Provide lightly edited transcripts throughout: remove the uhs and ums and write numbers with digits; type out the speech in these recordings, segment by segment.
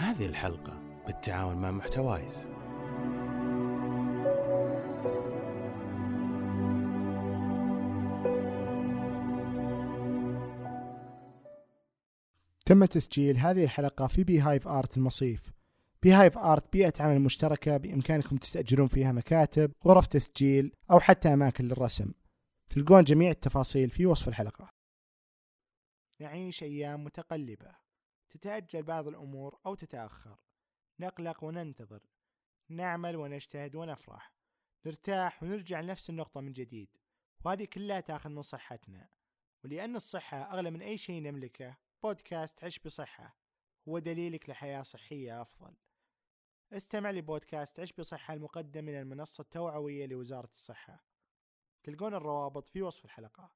هذه الحلقة بالتعاون مع محتوايز. تم تسجيل هذه الحلقة في بيهايف آرت المصيف. بيهايف آرت بيئة عمل مشتركة بإمكانكم تستأجرون فيها مكاتب، غرف تسجيل أو حتى أماكن للرسم. تلقون جميع التفاصيل في وصف الحلقة. نعيش أيام متقلبة، تتأجل بعض الأمور أو تتأخر، نقلق وننتظر، نعمل ونجتهد ونفرح، نرتاح ونرجع لنفس النقطة من جديد، وهذه كلها تأخذ من صحتنا. ولأن الصحة أغلى من أي شيء نملكه، بودكاست عش بصحة هو دليلك لحياة صحية أفضل. استمع لبودكاست عش بصحة المقدم من المنصة التوعوية لوزارة الصحة. تلقون الروابط في وصف الحلقة.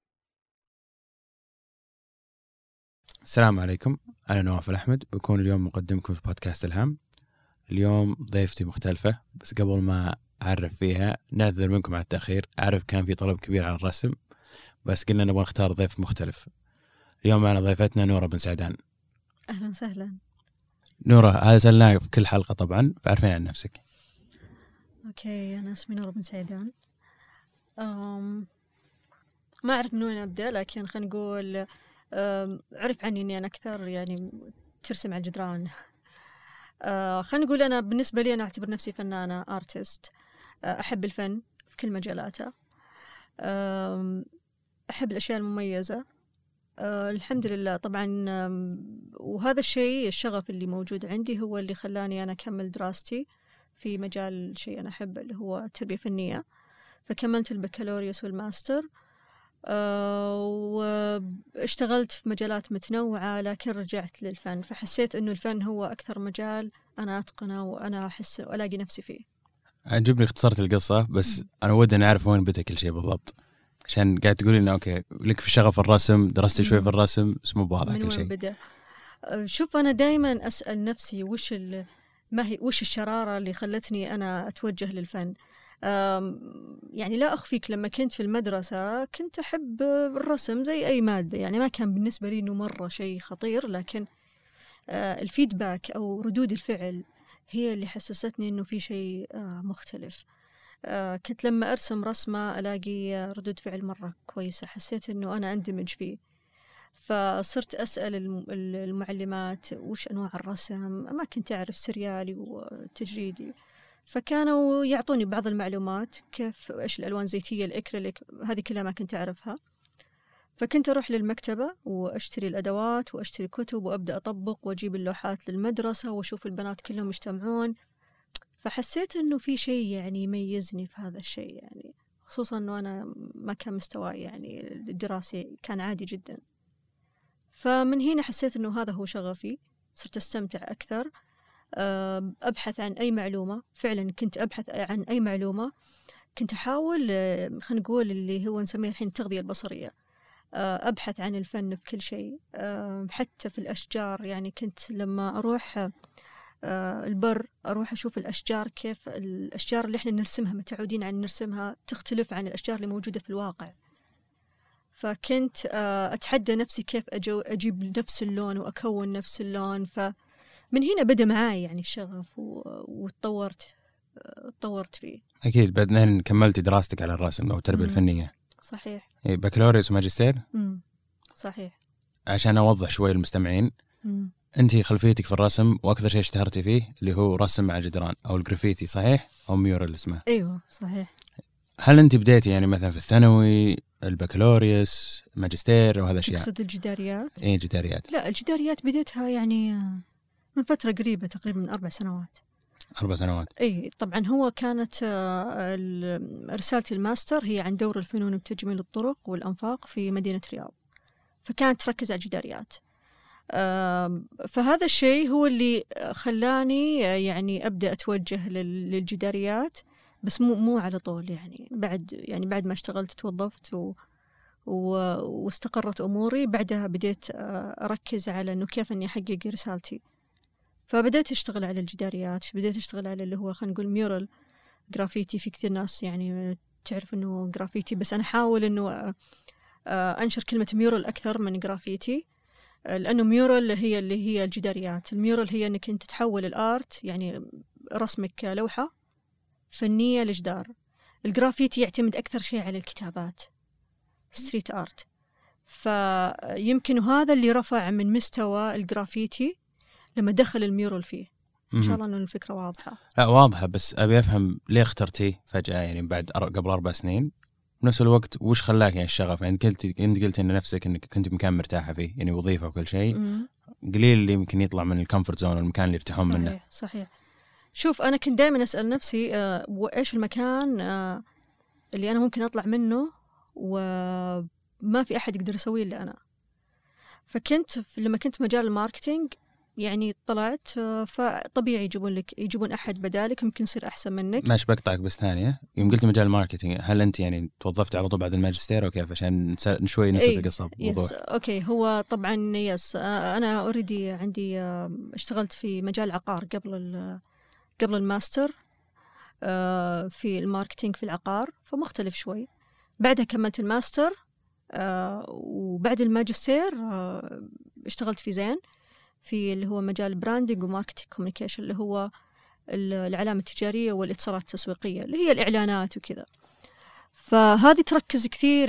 السلام عليكم، أنا نواف الأحمد، بكون اليوم مقدمكم في بودكاست الهام. اليوم ضيفتي مختلفة، بس قبل ما أعرف فيها نعذر منكم على التأخير. أعرف كان في طلب كبير على الرسم، بس قلنا نبغى نختار ضيف مختلف. اليوم معنا ضيفتنا نورة بن سعدان. أهلا وسهلا. نورة، هذا سألناك في كل حلقة طبعا، فعرفين عن نفسك. أوكي، أنا اسمي نورة بن سعدان. ما أعرف من وين أبدأ، لكن خلينا نقول عرف عني إني أنا أكثر يعني ترسم على الجدران. خلينا نقول أنا بالنسبة لي أنا أعتبر نفسي فنانة أرتست. أحب الفن في كل مجالاته. أحب الأشياء المميزة. الحمد لله طبعا. وهذا الشيء الشغف اللي موجود عندي هو اللي خلاني أنا أكمل دراستي في مجال شيء أنا أحبه اللي هو التربية الفنية، فكملت البكالوريوس والماستر. واشتغلت في مجالات متنوعة، لكن رجعت للفن، فحسيت إنه الفن هو أكثر مجال أنا أتقنه وأنا أحس وألاقي نفسي فيه. عجبني اختصرت القصة، بس أنا ودي نعرف وين بدأ كل شيء بالضبط، عشان قاعد تقولي إنه أوكي لك في شغف الرسم، درست شوي في الرسم، بس مو بواضح كل شيء. من وين بدأ؟ شوف، أنا دائما أسأل نفسي وش الشرارة اللي خلتني أنا أتوجه للفن. يعني لا أخفيك، لما كنت في المدرسة كنت أحب الرسم زي أي مادة، يعني ما كان بالنسبة لي إنه مرة شيء خطير، لكن الفيدباك أو ردود الفعل هي اللي حسستني إنه في شيء مختلف. كنت لما أرسم رسمة ألاقي ردود فعل مرة كويسة، حسيت إنه أنا أندمج فيه، فصرت أسأل المعلمات وش أنواع الرسم. ما كنت أعرف سريالي وتجريدي، فكانوا يعطوني بعض المعلومات كيف إيش الألوان زيتية، الإكريليك، هذه كلها ما كنت أعرفها. فكنت أروح للمكتبة وأشتري الأدوات وأشتري كتب وأبدأ أطبق وأجيب اللوحات للمدرسة وأشوف البنات كلهم يجتمعون. فحسيت إنه في شيء يعني يميزني في هذا الشيء، يعني خصوصا إنه أنا ما كان مستواي يعني الدراسي كان عادي جدا. فمن هنا حسيت إنه هذا هو شغفي، صرت أستمتع أكثر. أبحث عن أي معلومة، فعلا كنت أبحث عن أي معلومة. كنت أحاول خلينا نقول اللي هو نسميه الحين التغذية البصرية. أبحث عن الفن في كل شيء، حتى في الأشجار. يعني كنت لما أروح البر أروح أشوف الأشجار، كيف الأشجار اللي إحنا نرسمها متعودين عن نرسمها تختلف عن الأشجار اللي موجودة في الواقع. فكنت أتحدى نفسي كيف أجيب نفس اللون وأكون نفس اللون. فمن هنا بدأ معاي يعني الشغف وتطورت فيه. أكيد بعدين كملت دراستك على الرسم أو التربية الفنية. صحيح. بكالوريوس وماجستير. صحيح. عشان أوضح شوي للمستمعين، أنت خلفيتك في الرسم وأكثر شيء اشتهرتي فيه اللي هو رسم على الجدران أو الجرافيتي، صحيح؟ أو ميورال اسمه. أيوة صحيح. هل أنت بديتي يعني مثلا في الثانوي، البكالوريوس، ماجستير وهذا الشيء؟ تقصد الجداريات؟ إيه جداريات. لا، الجداريات بديتها يعني من فترة قريبة، تقريبا من 4 سنوات. 4 سنوات. اي طبعا. هو كانت رسالة الماستر هي عن دور الفنون بتجميل الطرق والأنفاق في مدينة رياض، فكانت تركز على الجداريات. فهذا الشيء هو اللي خلاني يعني أبدأ أتوجه للجداريات، بس مو على طول. يعني بعد ما اشتغلت توظفت واستقرت أموري، بعدها بديت أركز على إنه كيف إني أحقق رسالتي. فبدأت أشتغل على الجداريات، بدأت أشتغل على اللي هو خلينا نقول ميورال جرافيتي. في كثير ناس يعني تعرف إنه جرافيتي، بس أنا أحاول إنه أنشر كلمة ميورال أكثر من جرافيتي. لأنه ميورال اللي هي الجداريات. الميورال هي أنك أنت تحول الآرت، يعني رسمك كلوحة فنية لجدار. الجرافيتي يعتمد أكثر شيء على الكتابات، ستريت آرت. فيمكن هذا اللي رفع من مستوى الجرافيتي لما دخل الميورال فيه. إن شاء الله أن الفكرة واضحة. لا واضحة، بس أبي أفهم ليه اخترتيه فجأة يعني بعد قبل 4 سنين. بنفس الوقت وش خلاك يعني الشغف؟ يعني أنت قلت إن نفسك إنك كنت مكان مرتاحة فيه، يعني وظيفة وكل شيء. قليل اللي يمكن يطلع من الكومفورت زون، المكان اللي يرتاحون منه. صحيح. شوف أنا كنت دائما أسأل نفسي وإيش المكان اللي أنا ممكن أطلع منه وما في أحد يقدر يسويه إلا أنا. فكنت لما كنت مجال الماركتينج يعني طلعت، فطبيعي يجيبون أحد بدالك ممكن يصير أحسن منك. ماشي، بقطعك بس ثانية. يوم قلت مجال الماركتينج، هل أنت يعني توظفت على طول بعد الماجستير وكيف عشان شوي نسيت القصة بوضوح؟ أوكي. هو طبعا أنا أوريدي عندي اشتغلت في مجال العقار قبل الماستر في الماركتينج في العقار، فمختلف شوي. بعدها كملت الماستر وبعد الماجستير اشتغلت في زين في اللي هو مجال براندنج وماركتينج كوميونيكيشن، اللي هو العلامة التجارية والاتصالات التسويقية اللي هي الإعلانات وكذا. فهذه تركز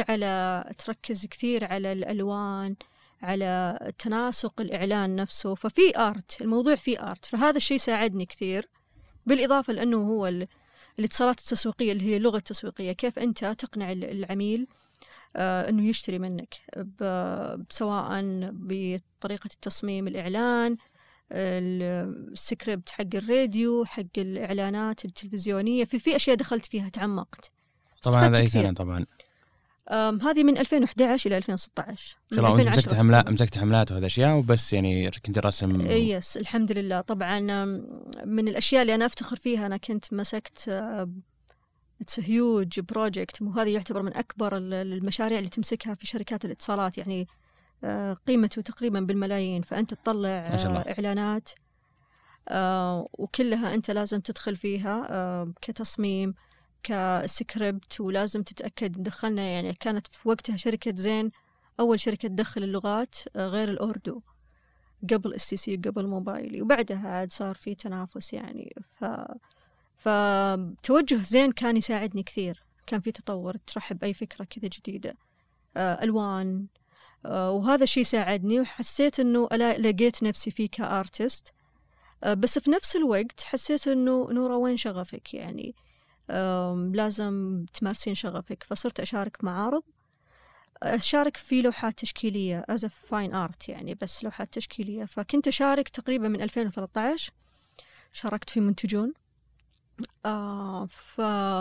كثير على الألوان، على تناسق الإعلان نفسه. ففي آرت، الموضوع فيه آرت، فهذا الشيء ساعدني كثير. بالإضافة لأنه هو الاتصالات التسويقية اللي هي لغة تسويقية، كيف أنت تقنع العميل أنه يشتري منك، سواء بطريقة التصميم، الإعلان، السكريبت حق الراديو، حق الإعلانات التلفزيونية. في أشياء دخلت فيها، تعمقت. طبعا هذا أي سنة طبعا؟ هذه من 2011 إلى 2016. مسكت حملات وهذا أشياء وبس، يعني كنت رسم. يس الحمد لله. طبعا من الأشياء اللي أنا أفتخر فيها، أنا كنت مسكت It's a huge project، وهذا يعتبر من أكبر المشاريع اللي تمسكها في شركات الاتصالات، يعني قيمته تقريبا بالملايين. فأنت تطلع إعلانات وكلها أنت لازم تدخل فيها كتصميم، كسكريبت، ولازم تتأكد. دخلنا يعني كانت في وقتها شركة زين أول شركة تدخل اللغات غير الأوردو، قبل STC قبل موبايلي، وبعدها عاد صار في تنافس يعني. فتوجه زين كان يساعدني كثير، كان في تطور، ترحب أي فكرة كذا جديدة، ألوان، وهذا الشيء ساعدني، وحسيت أنه لقيت نفسي فيه كأرتست. بس في نفس الوقت حسيت أنه نورا وين شغفك؟ يعني لازم تمارسين شغفك. فصرت أشارك معارض، أشارك في لوحات تشكيلية as a fine art، يعني بس لوحات تشكيلية. فكنت أشارك تقريبا من 2013، شاركت في منتجون. ف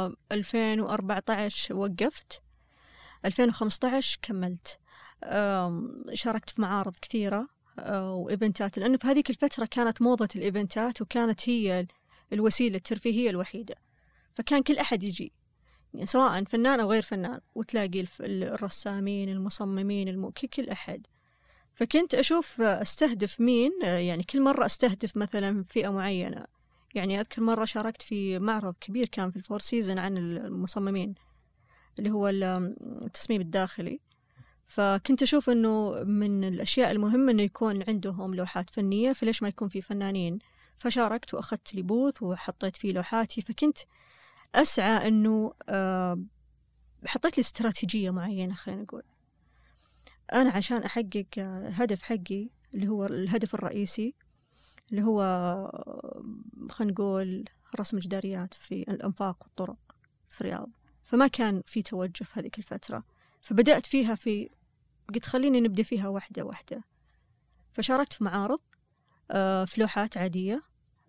2014 وقفت، 2015 كملت. شاركت في معارض كثيرة وإيفنتات، لأنه في هذيك الفترة كانت موضة الإيفنتات، وكانت هي الوسيلة الترفيهية الوحيدة. فكان كل أحد يجي، يعني سواء فنان أو غير فنان، وتلاقي الرسامين، المصممين، كل أحد. فكنت أشوف أستهدف مين، يعني كل مرة أستهدف مثلا فئة معينة. يعني أذكر مرة شاركت في معرض كبير كان في الفور سيزن عن المصممين، اللي هو التصميم الداخلي. فكنت أشوف أنه من الأشياء المهمة أنه يكون عندهم لوحات فنية، فليش ما يكون في فنانين؟ فشاركت وأخذت لي بوث وحطيت فيه لوحاتي. فكنت أسعى أنه حطيت لي استراتيجية معينة، خلينا نقول أنا عشان أحقق هدف حقي اللي هو الهدف الرئيسي، اللي هو خلينا نقول رسم جداريات في الأنفاق والطرق في الرياض. فما كان في توجه في هذه الفترة، فبدأت فيها قلت خليني نبدأ فيها واحدة واحدة. فشاركت في معارض في لوحات عادية.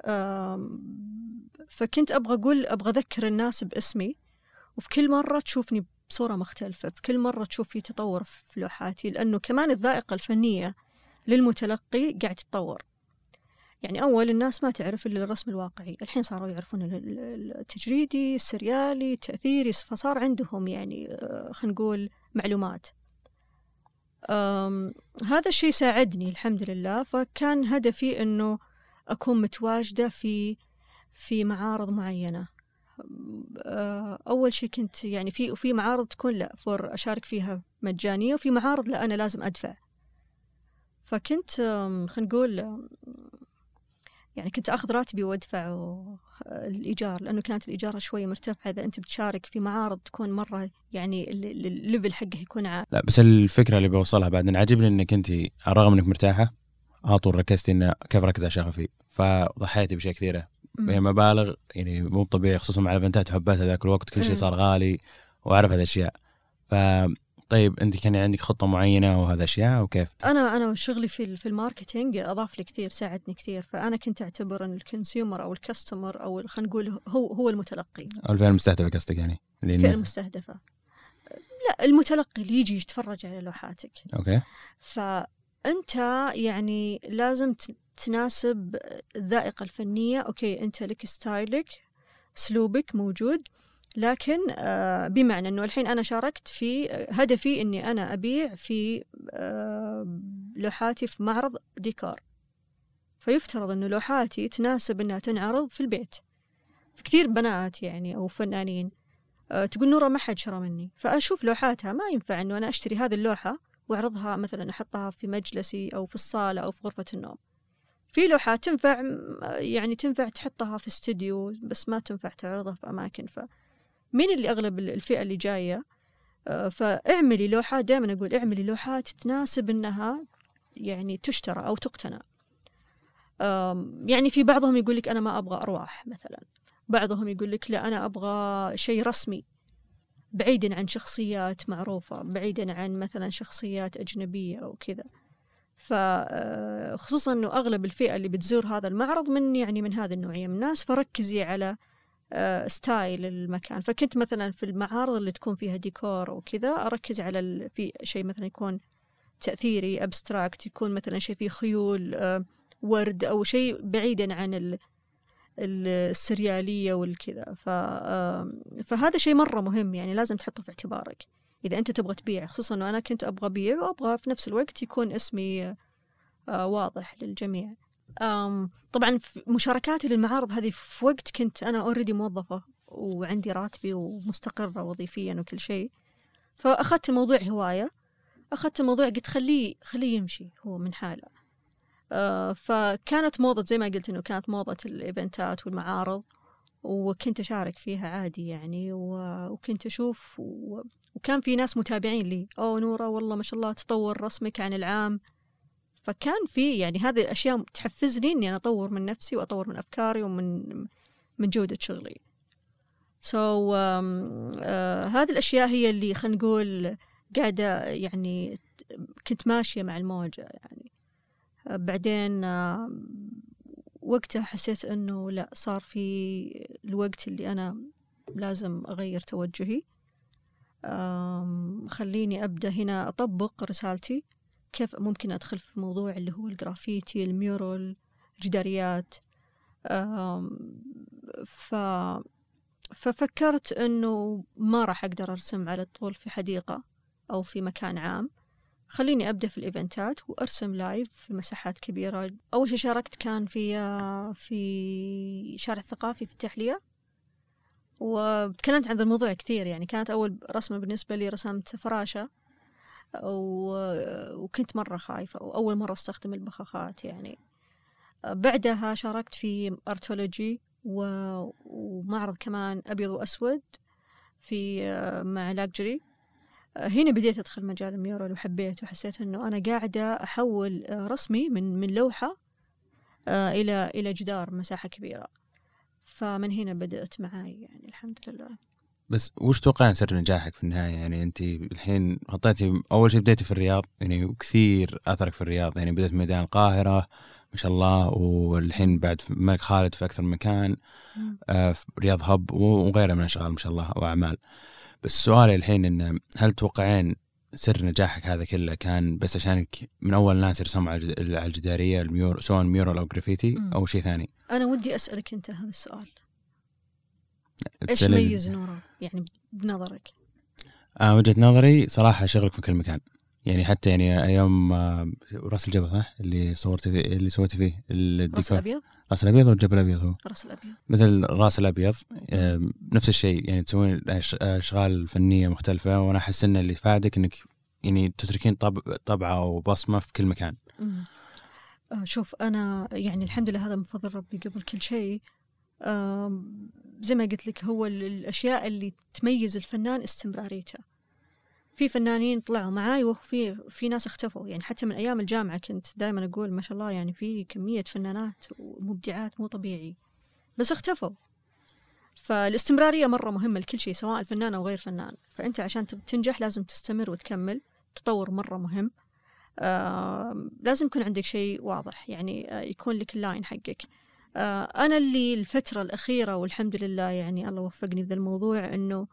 فكنت أبغى أذكر الناس باسمي، وفي كل مرة تشوفني بصورة مختلفة، في كل مرة تشوف في تطور في لوحاتي، لأنه كمان الذائقة الفنية للمتلقي قاعد تتطور. يعني أول الناس ما تعرف إلا الرسم الواقعي، الحين صاروا يعرفون التجريدي، السريالي، التأثيري، فصار عندهم يعني خلينا نقول معلومات. هذا الشيء ساعدني الحمد لله. فكان هدفي أنه أكون متواجدة في معارض معينة. أول شيء كنت يعني في معارض تكون لا أشارك فيها مجانية، وفي معارض لا أنا لازم أدفع. فكنت خلينا نقول يعني كنت أخذ راتبي وأدفع الإيجار، لأنه كانت الإيجار شوي مرتفعة إذا أنت بتشارك في معارض تكون مرة يعني الليفل حقه يكون عالي. لا بس الفكرة اللي بوصلها بعد إن عجبني إنك أنت على الرغم إنك مرتاحة طول ركزتي إنه كيف ركز على شغفي، فضحيتي بشيء كثيرة يعني مبالغ يعني مو طبيعي، خصوصا مع الإيفنتات حبيتها ذاك الوقت كل شيء صار غالي وأعرف هذه الأشياء. طيب أنت كان عندك خطة معينة وهذا أشياء وكيف؟ أنا شغلي في الماركتينج أضاف لي كثير، ساعدني كثير. فأنا كنت أعتبر أن الكونسيومر أو الكاستمر أو خلينا نقول هو المتلقي، أو الفئة المستهدفة قصدك يعني؟ الفئة المستهدفة، لا المتلقي اللي يجي يتفرج على لوحاتك. أوكي. فأنت يعني لازم تناسب الذائقة الفنية. أوكي أنت لك ستايلك، أسلوبك موجود، لكن بمعنى أنه الحين أنا شاركت في هدفي أني أنا أبيع في لوحاتي في معرض ديكور، فيفترض أنه لوحاتي تناسب أنها تنعرض في البيت. في كثير بنات يعني أو فنانين تقول نورة ما حد شرى مني، فأشوف لوحاتها ما ينفع أنه أنا أشتري هذه اللوحة وأعرضها مثلا أحطها في مجلسي أو في الصالة أو في غرفة النوم. في لوحات تنفع يعني تنفع تحطها في استوديو بس ما تنفع تعرضها في أماكن. فمين اللي أغلب الفئة اللي جاية؟ فاعملي لوحات، دائما أقول اعملي لوحات تناسب أنها يعني تشترى أو تقتنى. يعني في بعضهم يقول لك أنا ما أبغى أرواح مثلا، بعضهم يقول لك لا أنا أبغى شيء رسمي بعيدا عن شخصيات معروفة، بعيدا عن مثلا شخصيات أجنبية أو كذا. فخصوصا أنه أغلب الفئة اللي بتزور هذا المعرض من هذا النوعية من الناس، فركزي على ستايل المكان. فكنت مثلا في المعارض اللي تكون فيها ديكور وكذا أركز على في شيء مثلا يكون تأثيري أبستراكت، يكون مثلا شيء فيه خيول ورد أو شيء بعيدا عن السريالية والكذا. فهذا شيء مرة مهم، يعني لازم تحطه في اعتبارك إذا أنت تبغى تبيع. خصوصا أنه أنا كنت أبغى أبيع وأبغى في نفس الوقت يكون اسمي واضح للجميع. طبعا مشاركاتي للمعارض هذه في وقت كنت أنا أوريدي موظفة وعندي راتبي ومستقرة وظيفيا وكل شيء، فأخذت الموضوع هواية، أخذت الموضوع قلت خليه يمشي هو من حاله. فكانت موضة زي ما قلت إنه كانت موضة الإيفنتات والمعارض، وكنت أشارك فيها عادي يعني، وكنت أشوف وكان في ناس متابعين لي، نورة والله ما شاء الله تطور رسمك عن العام. فكان في يعني هذه الأشياء تحفزني إني أنا أطور من نفسي وأطور من أفكاري ومن جودة شغلي. هذه الأشياء هي اللي خلينا نقول قاعدة يعني كنت ماشية مع الموجة يعني. بعدين وقتها حسيت أنه لا، صار في الوقت اللي أنا لازم أغير توجهي. خليني أبدأ هنا أطبق رسالتي، كيف ممكن أدخل في موضوع اللي هو الجرافيتي، الميورال، الجداريات. ففكرت أنه ما راح أقدر أرسم على طول في حديقة أو في مكان عام، خليني أبدأ في الإيفنتات وأرسم لايف في مساحات كبيرة. أول شيء شاركت كان في شارع الثقافي في التحلية، وتكلمت عن ذا الموضوع كثير يعني. كانت أول رسمة بالنسبة لي رسمت فراشة، وكنت مرة خايفة وأول مرة استخدم البخاخات يعني. بعدها شاركت في أرتولوجي ومعرض كمان أبيض وأسود في مع لاكجري. هنا بديت أدخل مجال الميورال وحبيت وحسيت أنه أنا قاعدة أحول رسمي من لوحة إلى جدار مساحة كبيرة. فمن هنا بدأت معاي يعني الحمد لله. بس وش توقعين سر نجاحك في النهاية؟ يعني أنت الحين حطيتي أول شيء بديتي في الرياض يعني، وكثير أثرك في الرياض يعني، بدأت ميدان القاهرة ما شاء الله، والحين بعد في الملك خالد في أكثر من مكان، في رياض هب وغيرها من الأشغال ما شاء الله وأعمال. بس سؤالي الحين إن هل توقعين سر نجاحك هذا كله كان بس عشانك من أول ناس يرسموا على الجدارية سواء ميورال أو جرافيتي أو شيء ثاني؟ أنا ودي أسألك أنت هذا السؤال، إيش يميز نورة يعني بنظرك؟ وجهة نظري صراحة شغلك في كل مكان يعني، حتى يعني أيام راس الجبل صح اللي صورت فيه اللي سويت فيه راس الأبيض، راس الأبيض والجبل الأبيض هو راس الأبيض مثل راس الأبيض. نفس الشيء يعني، تسوين أشغال فنية مختلفة، وأنا أحس إن اللي فادك إنك يعني تتركين طبعة وبصمة في كل مكان. شوف أنا يعني الحمد لله هذا من فضل ربي قبل كل شيء. زي ما قلت لك هو الأشياء اللي تميز الفنان استمراريته. في فنانين طلعوا معاي وفي ناس اختفوا، يعني حتى من أيام الجامعة كنت دائما أقول ما شاء الله يعني في كمية فنانات ومبدعات مو طبيعي بس اختفوا. فالاستمرارية مرة مهمة لكل شيء سواء الفنان أو غير فنان. فأنت عشان تنجح لازم تستمر وتكمل. تطور مرة مهم. لازم يكون عندك شيء واضح، يعني يكون لك اللاين حقك. أنا اللي الفترة الأخيرة والحمد لله يعني الله وفقني في ذا الموضوع إنه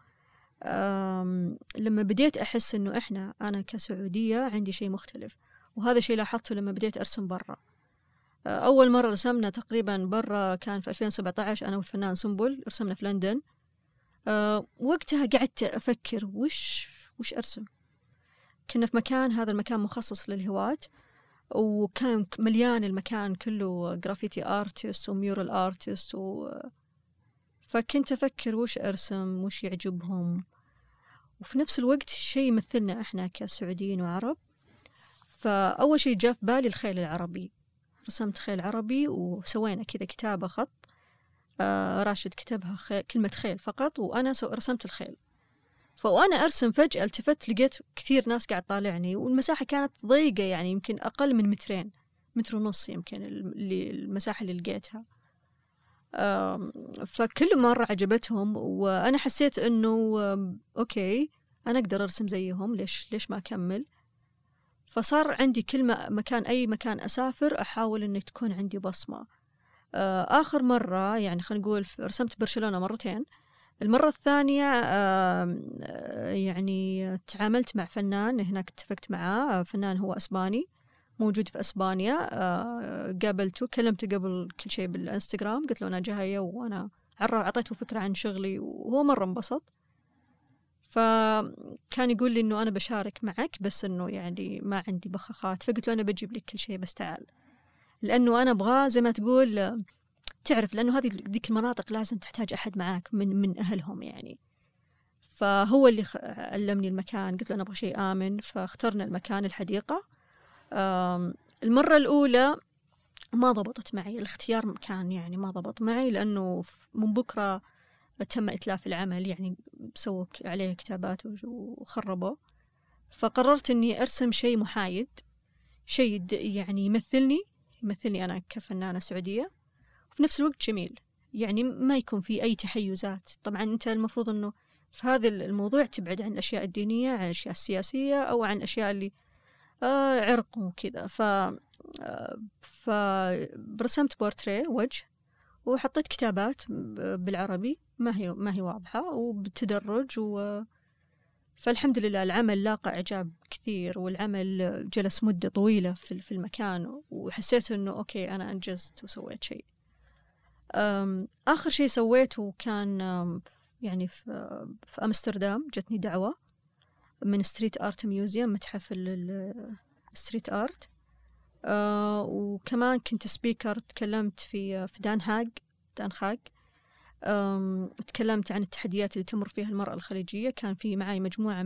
لما بديت أحس إنه أنا كسعودية عندي شيء مختلف، وهذا شيء لاحظته لما بديت أرسم برا. أول مرة رسمنا تقريبا برا كان في 2017 أنا والفنان سنبل، رسمنا في لندن. وقتها قعدت أفكر وش أرسم. كنا في مكان، هذا المكان مخصص للهواة، وكان مليان المكان كله جرافيتي آرتست وميورال آرتست فكنت أفكر وش أرسم وش يعجبهم، وفي نفس الوقت شيء يمثلنا إحنا كسعوديين وعرب. فأول شيء جاء في بالي الخيل العربي. رسمت خيل عربي وسوينا كذا كتابة خط. راشد كتبها كلمة خيل فقط، وأنا رسمت الخيل. فوأنا أرسم فجأة التفت لقيت كثير ناس قاعد طالعني، والمساحة كانت ضيقة يعني يمكن أقل من 2 متر ونص يمكن المساحة اللي لقيتها. فكل مرة عجبتهم، وأنا حسيت إنه أوكي أنا أقدر أرسم زيهم، ليش ما أكمل. فصار عندي مكان أي مكان أسافر أحاول إن تكون عندي بصمة. آخر مرة يعني خلينا نقول رسمت برشلونة مرتين. المرة الثانية يعني تعاملت مع فنان هناك، اتفقت معاه، فنان هو أسباني موجود في أسبانيا. قابلته كلمته قبل كل شيء بالإنستغرام، قلت له أنا جاية وأنا أعطيته فكرة عن شغلي وهو مرة انبسط. فكان يقول لي إنه أنا بشارك معك بس إنه يعني ما عندي بخاخات. فقلت له أنا بجيب لك كل شيء بس تعال، لأنه أنا أبغاه زي ما تقول تعرف، لأنه هذه ذيك المناطق لازم تحتاج أحد معاك من أهلهم يعني. فهو اللي علمني المكان. قلت له أنا أبغى شيء آمن، فاخترنا المكان الحديقة. المرة الأولى ما ضبطت معي الاختيار، كان يعني ما ضبط معي لأنه من بكرة تم إتلاف العمل، يعني سووا عليه كتابات وخربوا. فقررت أني أرسم شيء محايد، شيء يعني يمثلني أنا كفنانة سعودية، وفي نفس الوقت جميل، يعني ما يكون في أي تحيزات. طبعا أنت المفروض أنه في هذا الموضوع تبعد عن الأشياء الدينية، عن الأشياء السياسية، أو عن أشياء اللي عرق وكذا. فرسمت بورتريه وجه، وحطيت كتابات بالعربي ما هي واضحة وبالتدرج فالحمد لله العمل لاقى إعجاب كثير، والعمل جلس مدة طويلة في المكان، وحسيت إنه أوكي أنا أنجزت وسويت شيء. آخر شيء سويته كان يعني في أمستردام جتني دعوة من ستريت آرت ميوزيوم، متحف الستريت آرت. وكمان كنت سبيكر، تكلمت في دان هاغ. تكلمت عن التحديات اللي تمر فيها المرأة الخليجية. كان في معي مجموعة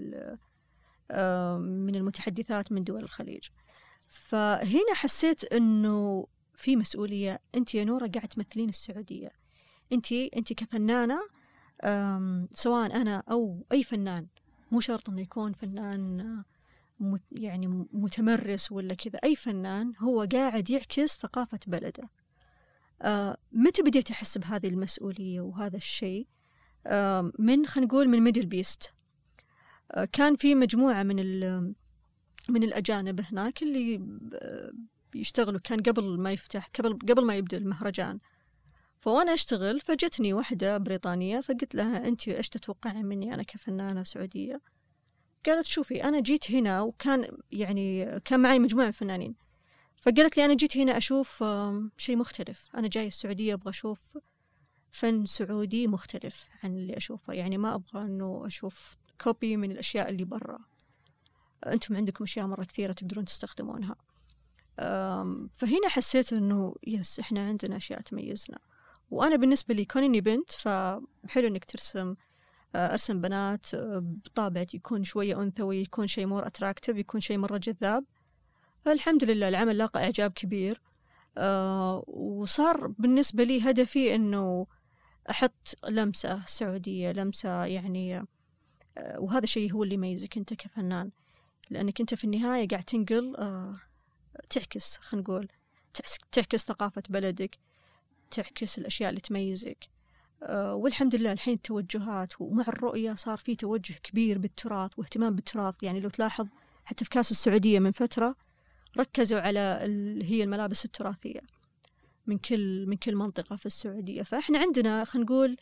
من المتحدثات من دول الخليج. فهنا حسيت إنه في مسؤولية. أنت يا نورة قاعد تمثلين السعودية، أنت كفنانة، سواء أنا أو أي فنان، مو شرط إنه يكون فنان يعني متمرس ولا كذا. أي فنان هو قاعد يعكس ثقافة بلده. متى بديت أحس بهذه المسؤولية وهذا الشيء؟ خلينا نقول من ميدل بيست. كان في مجموعة من الأجانب هناك اللي بيشتغلوا، كان قبل ما يفتح، قبل ما يبدأ المهرجان. فوأنا أشتغل فجتني واحدة بريطانية، فقلت لها أنت إيش تتوقعين مني أنا كفنانة سعودية؟ قالت شوفي أنا جيت هنا، وكان يعني كان معي مجموعة من فنانين، فقالت لي أنا جيت هنا أشوف شيء مختلف. أنا جاي السعودية أبغى أشوف فن سعودي مختلف عن اللي أشوفه، يعني ما أبغى أنه أشوف كوبي من الأشياء اللي برا. أنتم عندكم أشياء مرة كثيرة تقدرون تستخدمونها. فهنا حسيت أنه يس إحنا عندنا أشياء تميزنا. وأنا بالنسبة لي كونني بنت، فحلو أنك أرسم بنات بطابع يكون شوية أنثوي، يكون شيء مور أتراكتيف، يكون شيء مرة جذاب. فالحمد لله العمل لاقى إعجاب كبير. وصار بالنسبة لي هدفي أنه أحط لمسة سعودية، لمسة يعني وهذا الشيء هو اللي يميزك أنت كفنان، لأنك أنت في النهاية قاعد تنقل تعكس، خلينا نقول تعكس ثقافة بلدك، تعكس الأشياء اللي تميزك. والحمد لله الحين التوجهات ومع الرؤية صار في توجه كبير بالتراث واهتمام بالتراث. يعني لو تلاحظ حتى في كاس السعودية من فترة ركزوا على هي الملابس التراثية من كل منطقة في السعودية. فإحنا عندنا خلينا نقول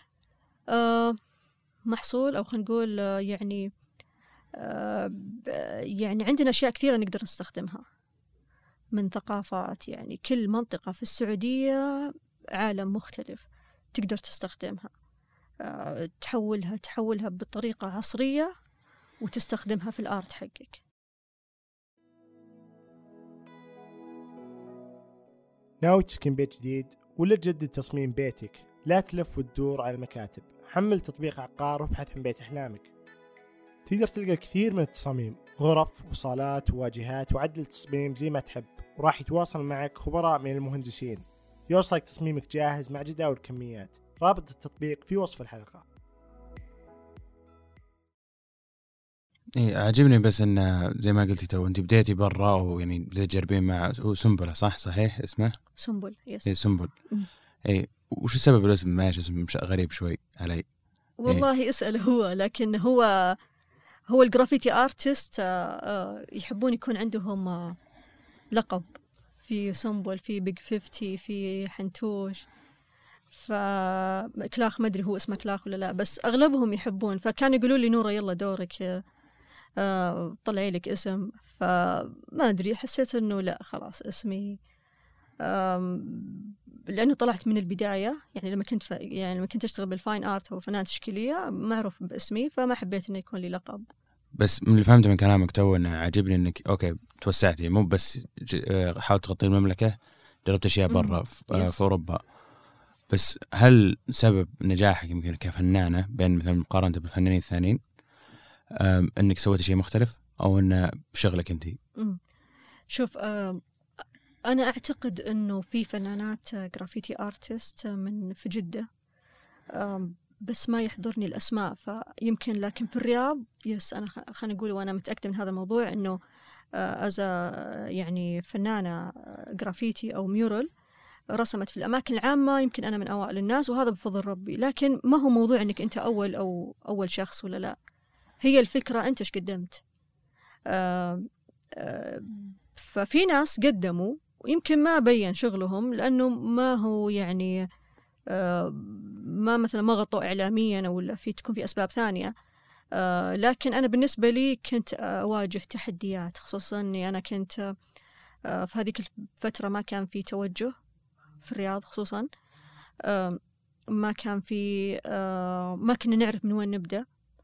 محصول، أو خلينا نقول يعني عندنا أشياء كثيرة نقدر نستخدمها من ثقافات. يعني كل منطقة في السعودية عالم مختلف تقدر تستخدمها، تحولها بطريقة عصرية وتستخدمها في الآرت حقك. ناوي تسكن بيت جديد ولا تجدد تصميم بيتك؟ لا تلف وتدور على المكاتب، حمل تطبيق عقار وابحث عن بيت أحلامك. تقدر تلقى الكثير من التصاميم، غرف وصالات وواجهات، وعدل التصميم زي ما تحب، وراح يتواصل معك خبراء من المهندسين يوصلك تصميمك جاهز مع جداول الكميات. رابط التطبيق في وصف الحلقة. إيه عجبني، بس إن زي ما قلتي تو أنت بديتي برا، أو يعني تجربين مع سنبلة، صحيح اسمه سنبل؟ يس. إيه سنبل. إيه وش السبب الاسم؟ ماشي اسم غريب شوي علي. والله إيه؟ اسأله هو، لكن هو الجرافيتي آرتست يحبون يكون عندهم لقب، في سنبل، في بيج 50، في حنتوش، فكلاخ ما أدري هو اسمه كلاخ ولا لا، بس أغلبهم يحبون. فكانوا يقولوا لي نورة يلا دورك طلعي لك اسم. فما أدري، حسيت إنه لا خلاص اسمي، لأنه طلعت من البداية. يعني لما كنت أشتغل بالفاين آرت أو فنان تشكيلية معروف باسمي، فما حبيت إنه يكون لي لقب. بس من اللي فهمته من كلامك تو إنه عجبني إنك أوكي توسعتي، مو بس حاولت تغطي المملكة، جربت أشياء برا في أوروبا. بس هل سبب نجاحك يمكن كفنانة بين مثلا مقارنة بالفنانين الثانيين إنك سويت شيء مختلف، أو إن شغلك أنتي؟ شوف، أنا أعتقد إنه في فنانات جرافيتي آرتست في جدة، بس ما يحضرني الأسماء فيمكن. لكن في الرياض يس، أنا خلينا نقول وأنا متأكدة من هذا الموضوع، إنه يعني فنانة جرافيتي أو ميورال رسمت في الأماكن العامة، يمكن أنا من أوائل الناس، وهذا بفضل ربي. لكن ما هو موضوع إنك أنت أول شخص ولا لا، هي الفكرة أنت إيش قدمت. ففي ناس قدموا ويمكن ما بين شغلهم، لأنه ما هو يعني ما مثلا ما غطوا إعلاميا، ولا تكون في أسباب ثانية. لكن أنا بالنسبة لي كنت أواجه تحديات، خصوصا أني أنا كنت في هذه الفترة ما كان في توجه في الرياض، خصوصا ما كان في ما كنا نعرف من وين نبدأ.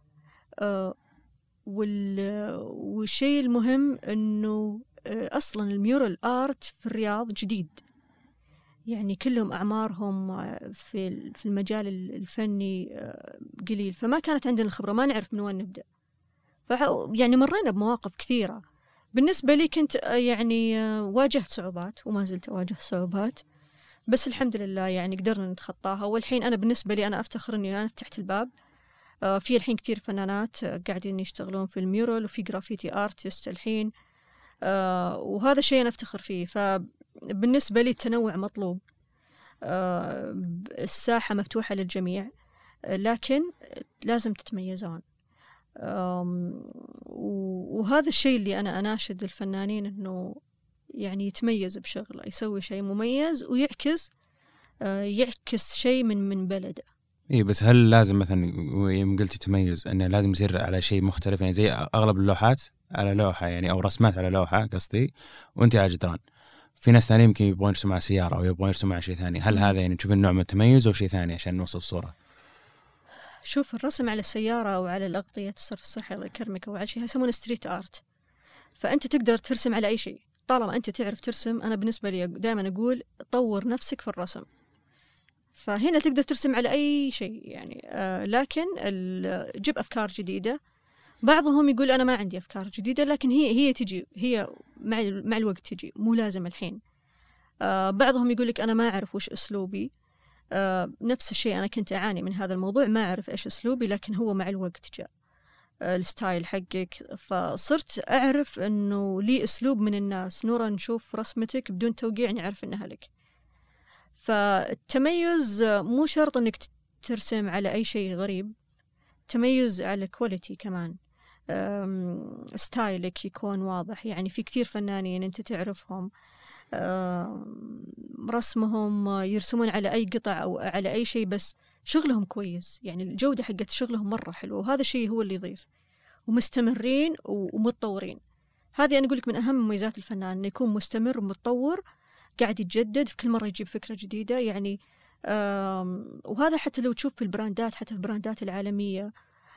والشيء المهم أنه أصلا الميورال آرت في الرياض جديد، يعني كلهم أعمارهم في المجال الفني قليل، فما كانت عندنا الخبرة، ما نعرف من وين نبدأ. يعني مرينا بمواقف كثيرة. بالنسبة لي كنت يعني واجهت صعوبات وما زلت أواجه صعوبات، بس الحمد لله يعني قدرنا نتخطاها. والحين أنا بالنسبة لي أنا أفتخر أني أنا فتحت الباب. في الحين كثير فنانات قاعدين يشتغلون في الميورال، وفي جرافيتي آرتست الحين، وهذا الشيء أنا أفتخر فيه. فبالنسبة لي التنوع مطلوب، الساحة مفتوحة للجميع، لكن لازم تتميزون. وهذا الشيء اللي أنا أناشد الفنانين، إنه يعني يتميز بشغله، يسوي شيء مميز ويعكس شيء من بلده. إيه بس هل لازم مثلا يوم قلت تميز أنه لازم يصير على شيء مختلف؟ يعني زي أغلب اللوحات على لوحة، يعني أو رسمات على لوحة قصدي، وأنت على جدران. في ناس ثانيين يمكن يبغون يرسموا على سيارة أو يبغون يرسموا على شيء ثاني. هل هذا يعني تشوف النوع من التميز أو شيء ثاني عشان نوصل الصورة؟ شوف، الرسم على السيارة أو على الأغطية الصرف الصحي الله يكرمك أو على شيء يسمونه ستريت آرت، فأنت تقدر ترسم على أي شيء طالما أنت تعرف ترسم. أنا بالنسبة لي دائما أقول طور نفسك في الرسم، فهنا تقدر ترسم على أي شيء يعني. لكن جيب أفكار جديدة، بعضهم يقول أنا ما عندي أفكار جديدة، لكن هي تجي، هي مع الوقت تجي، مو لازم الحين. بعضهم يقول لك أنا ما أعرف وش أسلوبي. نفس الشيء، أنا كنت أعاني من هذا الموضوع، ما أعرف إيش أسلوبي، لكن هو مع الوقت جاء الستايل حقك، فصرت أعرف أنه لي أسلوب من الناس. نورا نشوف رسمتك بدون توقيع نعرف أنها لك. فالتميز مو شرط أنك ترسم على أي شيء غريب، تميز على كواليتي كمان. ستايلك يكون واضح. يعني في كثير فنانين أنت تعرفهم رسمهم يرسمون على أي قطع أو على أي شيء، بس شغلهم كويس، يعني الجودة حقت شغلهم مرة حلوة، وهذا الشيء هو اللي يضيف، ومستمرين ومتطورين. هذه أنا أقول لك من أهم مميزات الفنان، إنه يكون مستمر ومتطور، قاعد يتجدد في كل مرة، يجيب فكرة جديدة. يعني وهذا حتى لو تشوف في البراندات، حتى في البراندات العالمية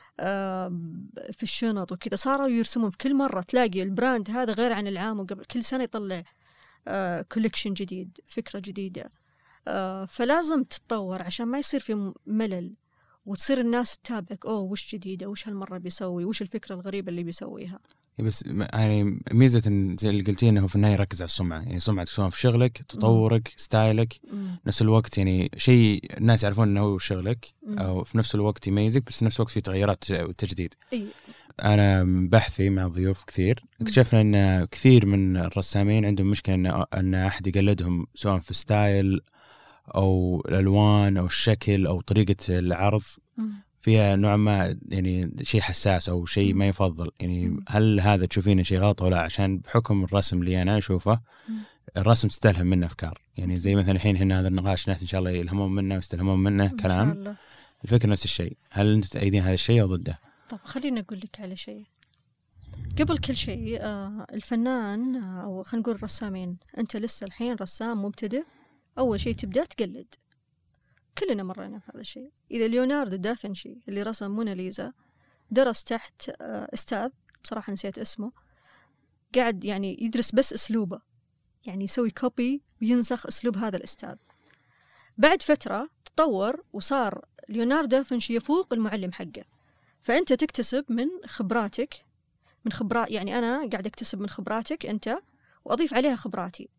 في الشنط وكذا، صاروا يرسمون في كل مرة تلاقي البراند هذا غير عن العام، وقبل كل سنة يطلع كوليكشن جديد، فكرة جديدة. فلازم تتطور عشان ما يصير في ملل، وتصير الناس تتابعك، وش جديدة، وش هالمرة بيسوي، وش الفكرة الغريبة اللي بيسويها. بس يعني ميزة زي اللي قلتيه انه في النهاية يركز على السمعة، يعني سمعتك سواء في شغلك، تطورك، ستايلك، نفس الوقت يعني شيء الناس يعرفون انه هو شغلك، او في نفس الوقت يميزك، بس في نفس الوقت في تغيرات وتجديد. انا بحثي مع ضيوف كثير اكتشفنا ان كثير من الرسامين عندهم مشكلة ان احد يقلدهم، سواء في ستايل او الالوان او الشكل او طريقة العرض، فيها نوع ما يعني شيء حساس أو شيء ما يفضل. يعني هل هذا تشوفينه شيء غلط ولا؟ عشان بحكم الرسم اللي أنا أشوفه، الرسم تستلهم منه أفكار. يعني زي مثلا الحين هنا هذا النقاش، ناس إن شاء الله يلهمون منه ويستلهمون منه كلام. الفكرة نفس الشيء، هل أنت تأيدين هذا الشيء أو ضده؟ طب خليني أقول لك على شيء. قبل كل شيء الفنان أو خلينا نقول الرسامين، أنت لسه الحين رسام مبتدئ، أول شيء تبدأ تقلد. كلنا مرينا في هذا الشيء. إذا ليوناردو دافنشي اللي رسم موناليزا درس تحت أستاذ، بصراحة نسيت اسمه، قاعد يعني يدرس بس أسلوبه، يعني يسوي كوبي وينسخ أسلوب هذا الأستاذ. بعد فترة تطور وصار ليوناردو دافنشي يفوق المعلم حقه. فأنت تكتسب من خبراتك، من خبرات، يعني أنا قاعد أكتسب من خبراتك أنت وأضيف عليها خبراتي،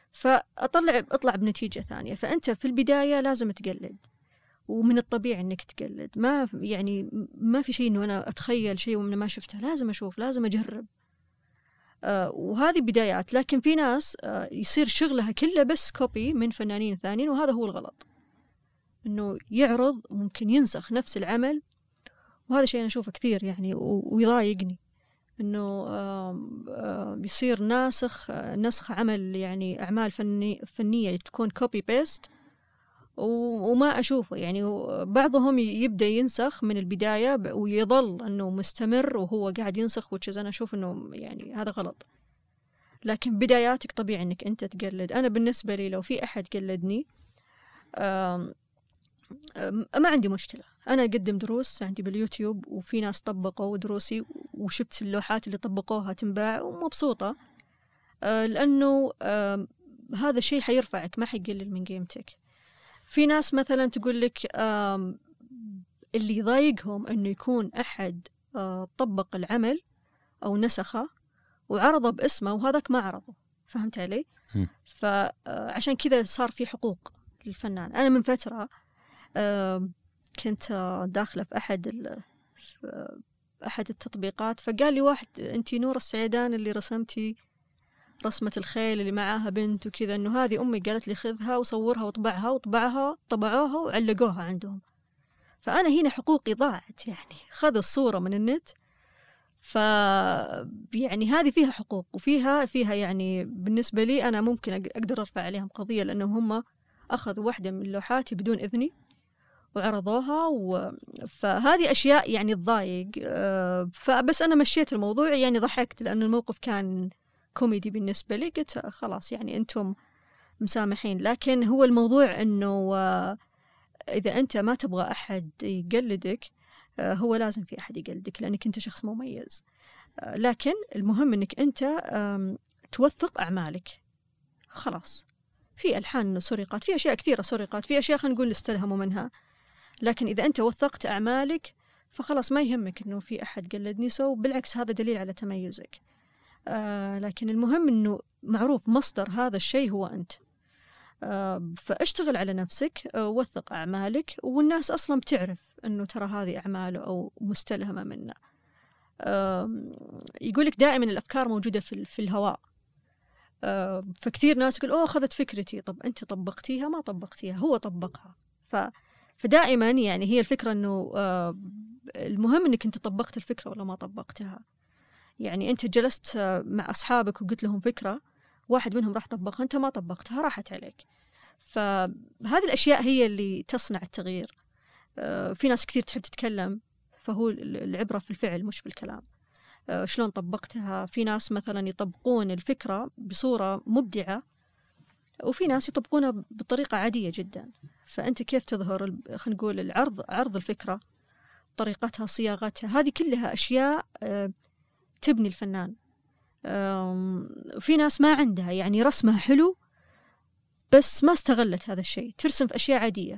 فأطلع بنتيجة ثانية. فأنت في البداية لازم تقلد، ومن الطبيعي إنك تقلد. ما في شيء إنه أنا أتخيل شيء ومن ما شفته، لازم أشوف، لازم أجرب. وهذه بدايات. لكن في ناس يصير شغلها كله بس كوبي من فنانين ثانيين، وهذا هو الغلط، إنه يعرض ممكن ينسخ نفس العمل. وهذا شيء أنا أشوفه كثير يعني، ويضايقني إنه بيصير نسخ عمل، يعني أعمال فنية تكون كوبي بيست، وما أشوفه. يعني بعضهم يبدأ ينسخ من البداية ويظل أنه مستمر وهو قاعد ينسخ، وتشز أنا أشوف أنه يعني هذا غلط. لكن بداياتك طبيعي أنك أنت تقلد. أنا بالنسبة لي لو في أحد قلدني ما عندي مشكلة، أنا أقدم دروس عندي باليوتيوب، وفي ناس طبقوا دروسي وشفت اللوحات اللي طبقوها تنباع ومبسوطة، لأنه هذا الشيء حيرفعك، ما حيقلل من قيمتك. في ناس مثلا تقول لك اللي يضايقهم أنه يكون أحد طبق العمل أو نسخه وعرضه باسمه وهذاك ما عرضه. فهمت علي؟ فعشان كذا صار في حقوق للفنان. أنا من فترة كنت داخلة في أحد التطبيقات، فقال لي واحد: أنتي نور السعيدان اللي رسمتي رسمة الخيل اللي معاها بنت وكذا، إنه هذه أمي قالت لي خذها وصورها طبعوها وعلقوها عندهم. فأنا هنا حقوقي ضاعت، يعني خذ الصورة من النت. يعني هذه فيها حقوق، وفيها يعني بالنسبة لي أنا ممكن أقدر أرفع عليهم قضية، لأنهم هم أخذوا واحدة من لوحاتي بدون إذني وعرضوها فهذه أشياء يعني تضايق. فبس أنا مشيت الموضوع، يعني ضحكت لأن الموقف كان كوميدي بالنسبة لي. قلت خلاص يعني أنتم مسامحين. لكن هو الموضوع أنه إذا أنت ما تبغى أحد يقلدك، هو لازم في أحد يقلدك لأنك أنت شخص مميز. لكن المهم أنك أنت توثق أعمالك. خلاص، في ألحان سرقت، في أشياء كثيرة سرقت، في أشياء خلينا نقول استلهموا منها، لكن إذا أنت وثقت أعمالك فخلاص ما يهمك إنه في أحد قلدني، بالعكس هذا دليل على تميزك. لكن المهم إنه معروف مصدر هذا الشيء هو أنت. فاشتغل على نفسك، وثق أعمالك، والناس أصلا بتعرف إنه ترى هذه أعماله أو مستلهمة منه. يقولك دائما الأفكار موجودة في الهواء. فكثير ناس يقول أخذت فكرتي، طب أنت طبقتيها؟ ما طبقتيها، هو طبقها. فدائما يعني هي الفكرة إنه المهم إنك أنت طبقت الفكرة ولا ما طبقتها. يعني أنت جلست مع أصحابك وقلت لهم فكرة، واحد منهم راح طبقها، أنت ما طبقتها، راحت عليك. فهذه الأشياء هي اللي تصنع التغيير. في ناس كثير تحب تتكلم، فهو العبرة في الفعل مش في الكلام. شلون طبقتها؟ في ناس مثلا يطبقون الفكرة بصورة مبدعة، وفي ناس يطبقونها بطريقة عادية جدا. فأنت كيف تظهر خلينا نقول عرض الفكرة، طريقتها، صياغتها، هذه كلها أشياء تبني الفنان. في ناس ما عندها، يعني رسمها حلو بس ما استغلت هذا الشيء، ترسم في أشياء عادية،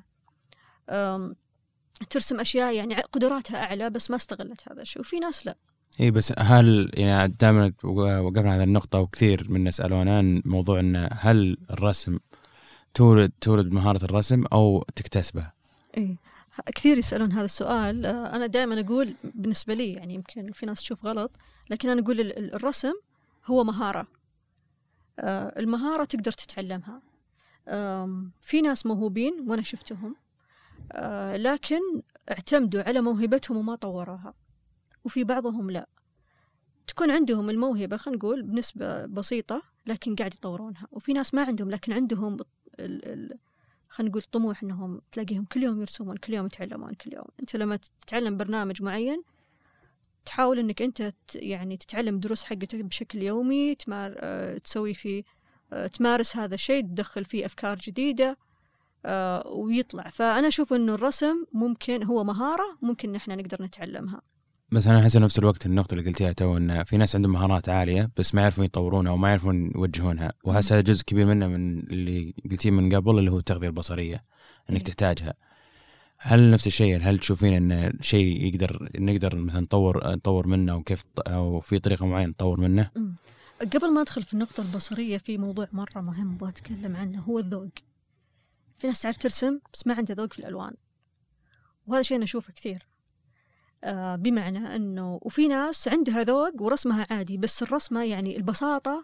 ترسم أشياء يعني قدراتها أعلى بس ما استغلت هذا الشيء. وفي ناس لا. إيه، بس هل يعني دائما وقفنا على النقطة، وكثير من الناس سألون عن موضوع إن هل الرسم تولد مهارة الرسم أو تكتسبها؟ إيه، كثير يسألون هذا السؤال. أنا دائما أقول بالنسبة لي، يعني يمكن في ناس تشوف غلط، لكن أنا أقول الرسم هو مهارة. المهارة تقدر تتعلمها. في ناس موهوبين وأنا شفتهم، لكن اعتمدوا على موهبتهم وما طوروها. وفي بعضهم لا، تكون عندهم الموهبة خلينا نقول بنسبة بسيطة لكن قاعد يطورونها. وفي ناس ما عندهم لكن عندهم خلينا نقول طموح، إنهم تلاقيهم كل يوم يرسمون، كل يوم يتعلمون، كل يوم. أنت لما تتعلم برنامج معين تحاول إنك أنت يعني تتعلم دروس حقتك بشكل يومي، تسوي فيه، تمارس هذا الشيء، تدخل فيه أفكار جديدة، ويطلع. فأنا أشوف إنه الرسم ممكن هو مهارة، ممكن إحنا نقدر نتعلمها. بس أنا أحس نفس الوقت النقطة اللي قلتيها تو، إن في ناس عندهم مهارات عالية بس ما يعرفون يطورونها وما يعرفون يوجهونها، وهذا جزء كبير منه من اللي قلتيه من قبل، اللي هو التغذية البصرية، إنك تحتاجها. هل نفس الشيء؟ هل تشوفين إن شيء نقدر مثلا نطور منه، وكيف أو في طريقة معينة نطور منه؟ قبل ما أدخل في النقطة البصرية، في موضوع مرة مهم بتكلم عنه، هو الذوق. في ناس تعرف ترسم بس ما عندها ذوق في الألوان، وهذا شيء نشوفه كثير. بمعنى أنه وفي ناس عندها ذوق ورسمها عادي، بس الرسمة يعني البساطة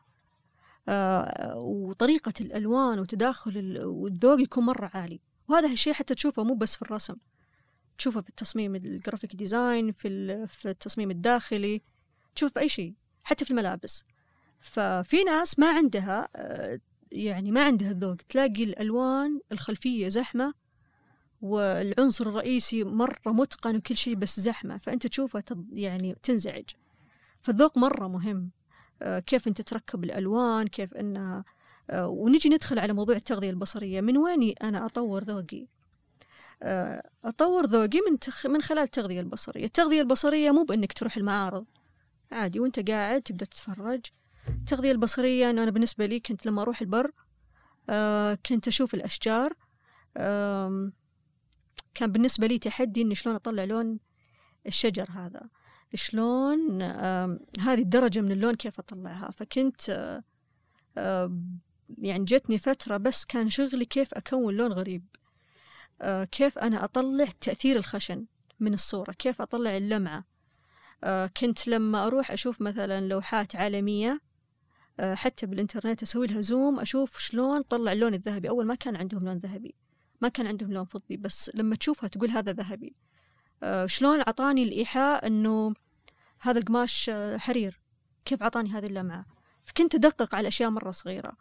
وطريقة الألوان وتداخل والذوق يكون مرة عالي. وهذا الشيء حتى تشوفه مو بس في الرسم، تشوفه في التصميم الجرافيك ديزاين، في التصميم الداخلي، تشوف في أي شيء، حتى في الملابس. ففي ناس ما عندها يعني ما عندها الذوق، تلاقي الألوان الخلفية زحمة والعنصر الرئيسي مرة متقن وكل شيء بس زحمة، فأنت تشوفه يعني تنزعج. فالذوق مرة مهم. كيف أنت تركب الألوان، كيف أنها ونجي ندخل على موضوع التغذية البصرية. من وين أنا أطور ذوقي؟ أطور ذوقي من خلال التغذية البصرية. التغذية البصرية مو بأنك تروح المعارض، عادي وأنت قاعد تقدر تتفرج. التغذية البصرية أنه أنا بالنسبة لي كنت لما أروح البر كنت أشوف الأشجار، كان بالنسبة لي تحدي إني شلون أطلع لون الشجر هذا، شلون هذه الدرجة من اللون كيف أطلعها. فكنت يعني جتني فترة بس كان شغلي كيف أكون لون غريب، كيف أنا أطلع تأثير الخشن من الصورة، كيف أطلع اللمعة. كنت لما أروح أشوف مثلا لوحات عالمية حتى بالإنترنت أسوي لها زوم، أشوف شلون طلع اللون الذهبي. أول ما كان عندهم لون ذهبي، ما كان عندهم لون فضي، بس لما تشوفها تقول هذا ذهبي. شلون عطاني الإيحاء أنه هذا القماش حرير، كيف عطاني هذه اللمعة. فكنت أدقق على أشياء مرة صغيرة.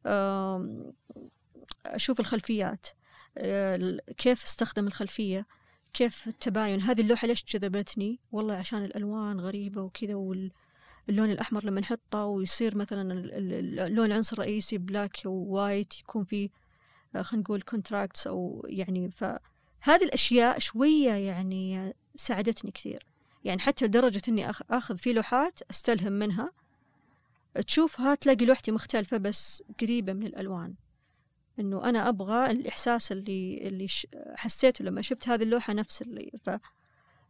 أشوف الخلفيات، كيف استخدم الخلفية، كيف التباين. هذه اللوحة ليش جذبتني؟ والله عشان الألوان غريبة وكذا، واللون الأحمر لما نحطه ويصير مثلا اللون العنصر الرئيسي بلاك ووايت، يكون فيه خلينا نقول كونتراكتس أو يعني. فهذه الأشياء شوية يعني ساعدتني كثير، يعني حتى لدرجة أني أخذ في لوحات أستلهم منها، تشوفها تلاقي لوحتي مختلفة بس قريبة من الألوان. إنه أنا أبغى الإحساس اللي حسيته لما شفت هذه اللوحة نفس اللي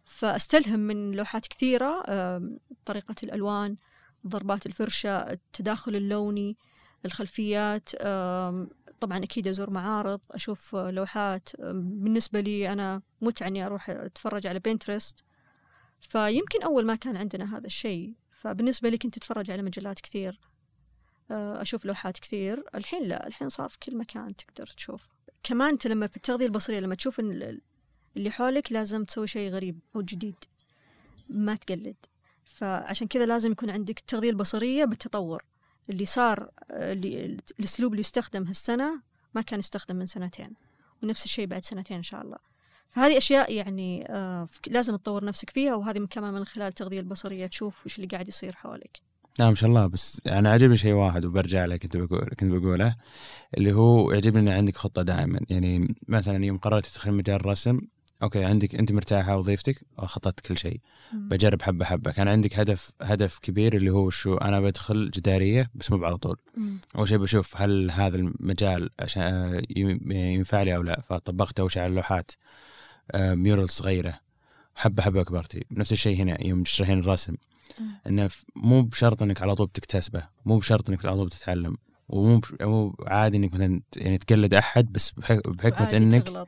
فأستلهم من لوحات كثيرة، طريقة الألوان، ضربات الفرشة، التداخل اللوني، الخلفيات. طبعا أكيد أزور معارض، أشوف لوحات. بالنسبة لي أنا متعة إني أروح أتفرج على بينترست، فيمكن أول ما كان عندنا هذا الشيء، فبالنسبة لي كنت أتفرج على مجلات كثير، أشوف لوحات كثير. الحين لا، الحين صار في كل مكان تقدر تشوف. كمان أنت لما في التغذية البصرية لما تشوف اللي حولك لازم تسوي شيء غريب أو جديد، ما تقلد. فعشان كذا لازم يكون عندك التغذية البصرية بالتطور. اللي صار الأسلوب اللي يستخدم هالسنة ما كان يستخدم من سنتين، ونفس الشيء بعد سنتين إن شاء الله. فهذه أشياء يعني لازم تطور نفسك فيها، وهذه كمان من خلال التغذية البصرية تشوف وش اللي قاعد يصير حواليك. نعم ما شاء الله. بس أنا عجبني شيء واحد وبرجع لك، كنت بقوله، اللي هو يعجبني إن عندك خطة دائما. يعني مثلا يوم قررت تدخل مجال الرسم، أوكي عندك أنت مرتاحة وظيفتك وخططت كل شيء، بجرب حبة حبة. كان عندك هدف كبير اللي هو شو، أنا بدخل جدارية بس مو على طول. أول شيء بشوف هل هذا المجال عشان ينفع لي أو لا، فطبقته وش على اللوحات، ميورال صغيرة، حبة حبة كبرتي. نفس الشيء هنا يوم تشرحين الرسم، إنه مو بشرط إنك على طول بتكتسبه، مو بشرط إنك على طول بتتعلم، ومو عادي إنك مثلا يعني تقلد أحد بس بحكمة إنك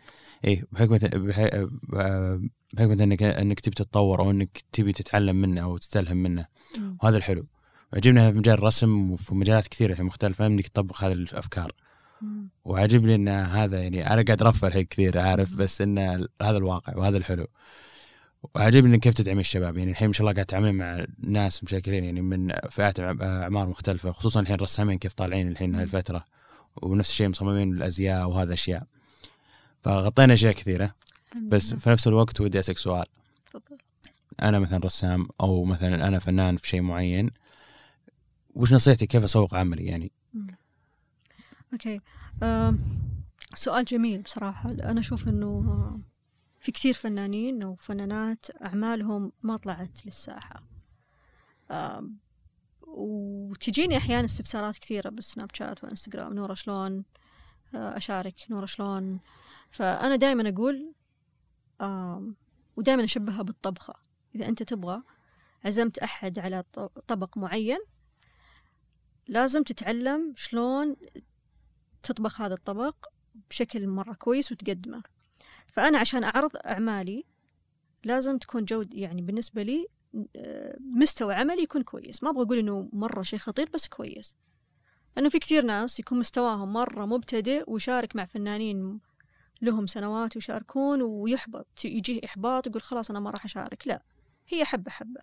بحكمة إنك تبي تتطور أو إنك تبي تتعلم منه أو تستلهم منه. وهذا الحلو. عجبني في مجال الرسم وفي مجالات كثيرة مختلفة إنك تطبق هذه الأفكار. وعجبني إن هذا يعني أنا قاعد أرفع الحين كثير عارف، بس إن هذا الواقع وهذا الحلو. وعجبني كيف تدعم الشباب. يعني الحين ما شاء الله قاعد تعمل مع ناس مشاكلين يعني من فئات أعمار مختلفة، خصوصا الحين رسامين كيف طالعين الحين هاي الفترة، ونفس الشيء مصممين الأزياء وهذا أشياء. فغطينا أشياء كثيرة. بس في نفس الوقت ودي أسألك سؤال. أنا مثلا رسام أو مثلا أنا فنان في شيء معين، وش نصيحتي كيف أسوق عملي يعني؟ أوكي، سؤال جميل بصراحة. أنا أشوف أنه في كثير فنانين أو فنانات أعمالهم ما طلعت للساحة، وتجيني أحيانا استفسارات كثيرة بالسناب شات وإنستغرام، نورة شلون أشارك، نورة شلون. فأنا دائما أقول ودائما أشبهها بالطبخة. إذا أنت تبغى عزمت أحد على طبق معين، لازم تتعلم شلون تطبخ هذا الطبق بشكل مرة كويس وتقدمه. فأنا عشان أعرض أعمالي لازم تكون يعني بالنسبة لي مستوى عملي يكون كويس. ما أبغى أقول إنه مرة شيء خطير، بس كويس. لأنه في كثير ناس يكون مستواهم مرة مبتدئ ويشارك مع فنانين لهم سنوات ويشاركون ويحبط، يجيه إحباط يقول خلاص أنا ما راح أشارك. لا، هي حبة حبة.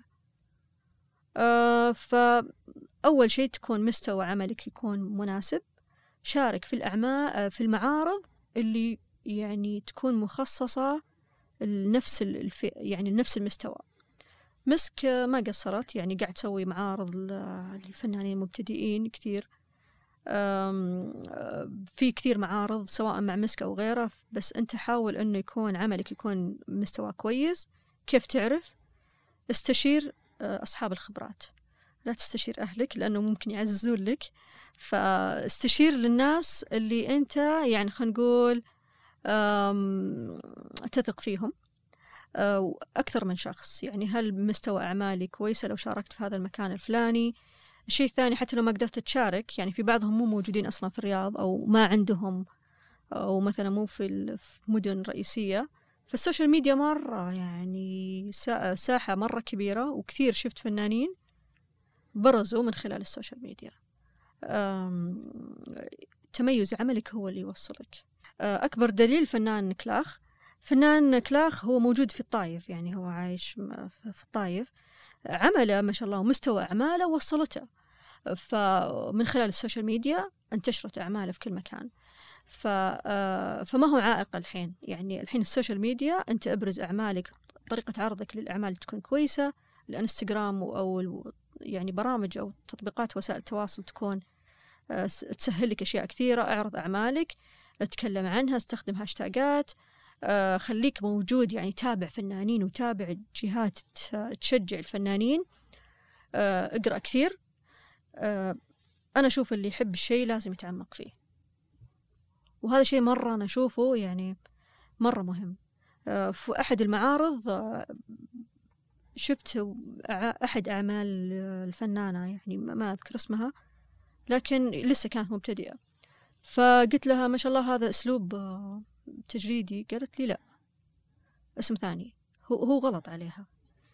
فأول شيء تكون مستوى عملك يكون مناسب. شارك في الأعمال في المعارض اللي يعني تكون مخصصة لنفس يعني نفس المستوى. مسك ما قصرت، يعني قاعد تسوي معارض للفنانين المبتدئين كثير. في كثير معارض سواء مع مسك أو غيره، بس أنت حاول أنه يكون عملك يكون مستوى كويس. كيف تعرف؟ استشير أصحاب الخبرات، لا تستشير أهلك لأنه ممكن يعززون لك. فاستشير للناس اللي أنت يعني خلينا نقول تثق فيهم، أكثر من شخص. يعني هل مستوى أعمالي كويسة لو شاركت في هذا المكان الفلاني؟ الشيء الثاني، حتى لو ما قدرت تشارك، يعني في بعضهم مو موجودين أصلا في الرياض أو ما عندهم، أو مثلا مو في مدن رئيسية، فالسوشيال ميديا مرة يعني ساحة مرة كبيرة، وكثير شفت فنانين برزوا من خلال السوشيال ميديا. تميز عملك هو اللي يوصلك. أكبر دليل فنان كلاخ هو موجود في الطايف، يعني هو عايش في الطايف. عمله ما شاء الله ومستوى أعماله وصلته، فمن خلال السوشيال ميديا انتشرت أعماله في كل مكان. فما هو عائق الحين. يعني الحين السوشيال ميديا أنت أبرز أعمالك، طريقة عرضك للأعمال تكون كويسة. الانستغرام أو يعني برامج أو تطبيقات وسائل التواصل تكون تسهل لك أشياء كثيرة. اعرض أعمالك، اتكلم عنها، استخدم هاشتاجات، خليك موجود. يعني تابع فنانين وتابع جهات تشجع الفنانين، اقرأ كثير. أنا أشوف اللي يحب الشيء لازم يتعمق فيه، وهذا شيء مرة أنا أشوفه يعني مرة مهم. في أحد المعارض شفت أحد أعمال الفنانة، يعني ما أذكر اسمها، لكن لسه كانت مبتدئة، فقلت لها ما شاء الله هذا أسلوب تجريدي. قالت لي لا، اسم ثاني، هو غلط عليها.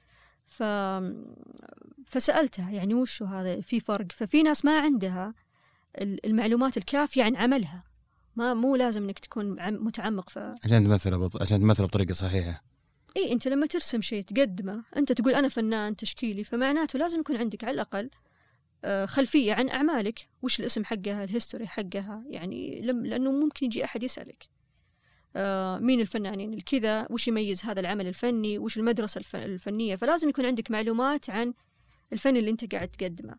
فسألتها يعني وشو هذا، في فرق؟ ففي ناس ما عندها المعلومات الكافية عن عملها، مو لازم انك تكون متعمق عشان تمثل بطريقة صحيحة. اي، انت لما ترسم شيء تقدمه، انت تقول انا فنان تشكيلي، فمعناته لازم يكون عندك على الاقل خلفية عن اعمالك، وش الاسم حقها، الهيستوري حقها، يعني لانه ممكن يجي احد يسألك مين الفنانين الكذا، وش يميز هذا العمل الفني، وش المدرسة الفنية، فلازم يكون عندك معلومات عن الفن اللي انت قاعد تقدمه.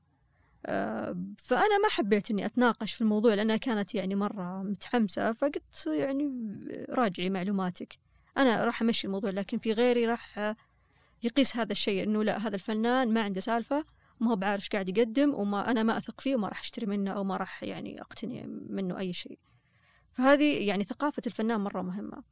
فأنا ما حبيت أني أتناقش في الموضوع لأنها كانت يعني مرة متحمسة، فقلت يعني راجعي معلوماتك، أنا راح أمشي الموضوع، لكن في غيري راح يقيس هذا الشيء أنه لا، هذا الفنان ما عنده سالفة، ما هو بعارف قاعد يقدم، أنا ما أثق فيه وما راح أشتري منه أو ما راح يعني أقتني منه أي شيء. فهذه يعني ثقافة الفنان مرة مهمة.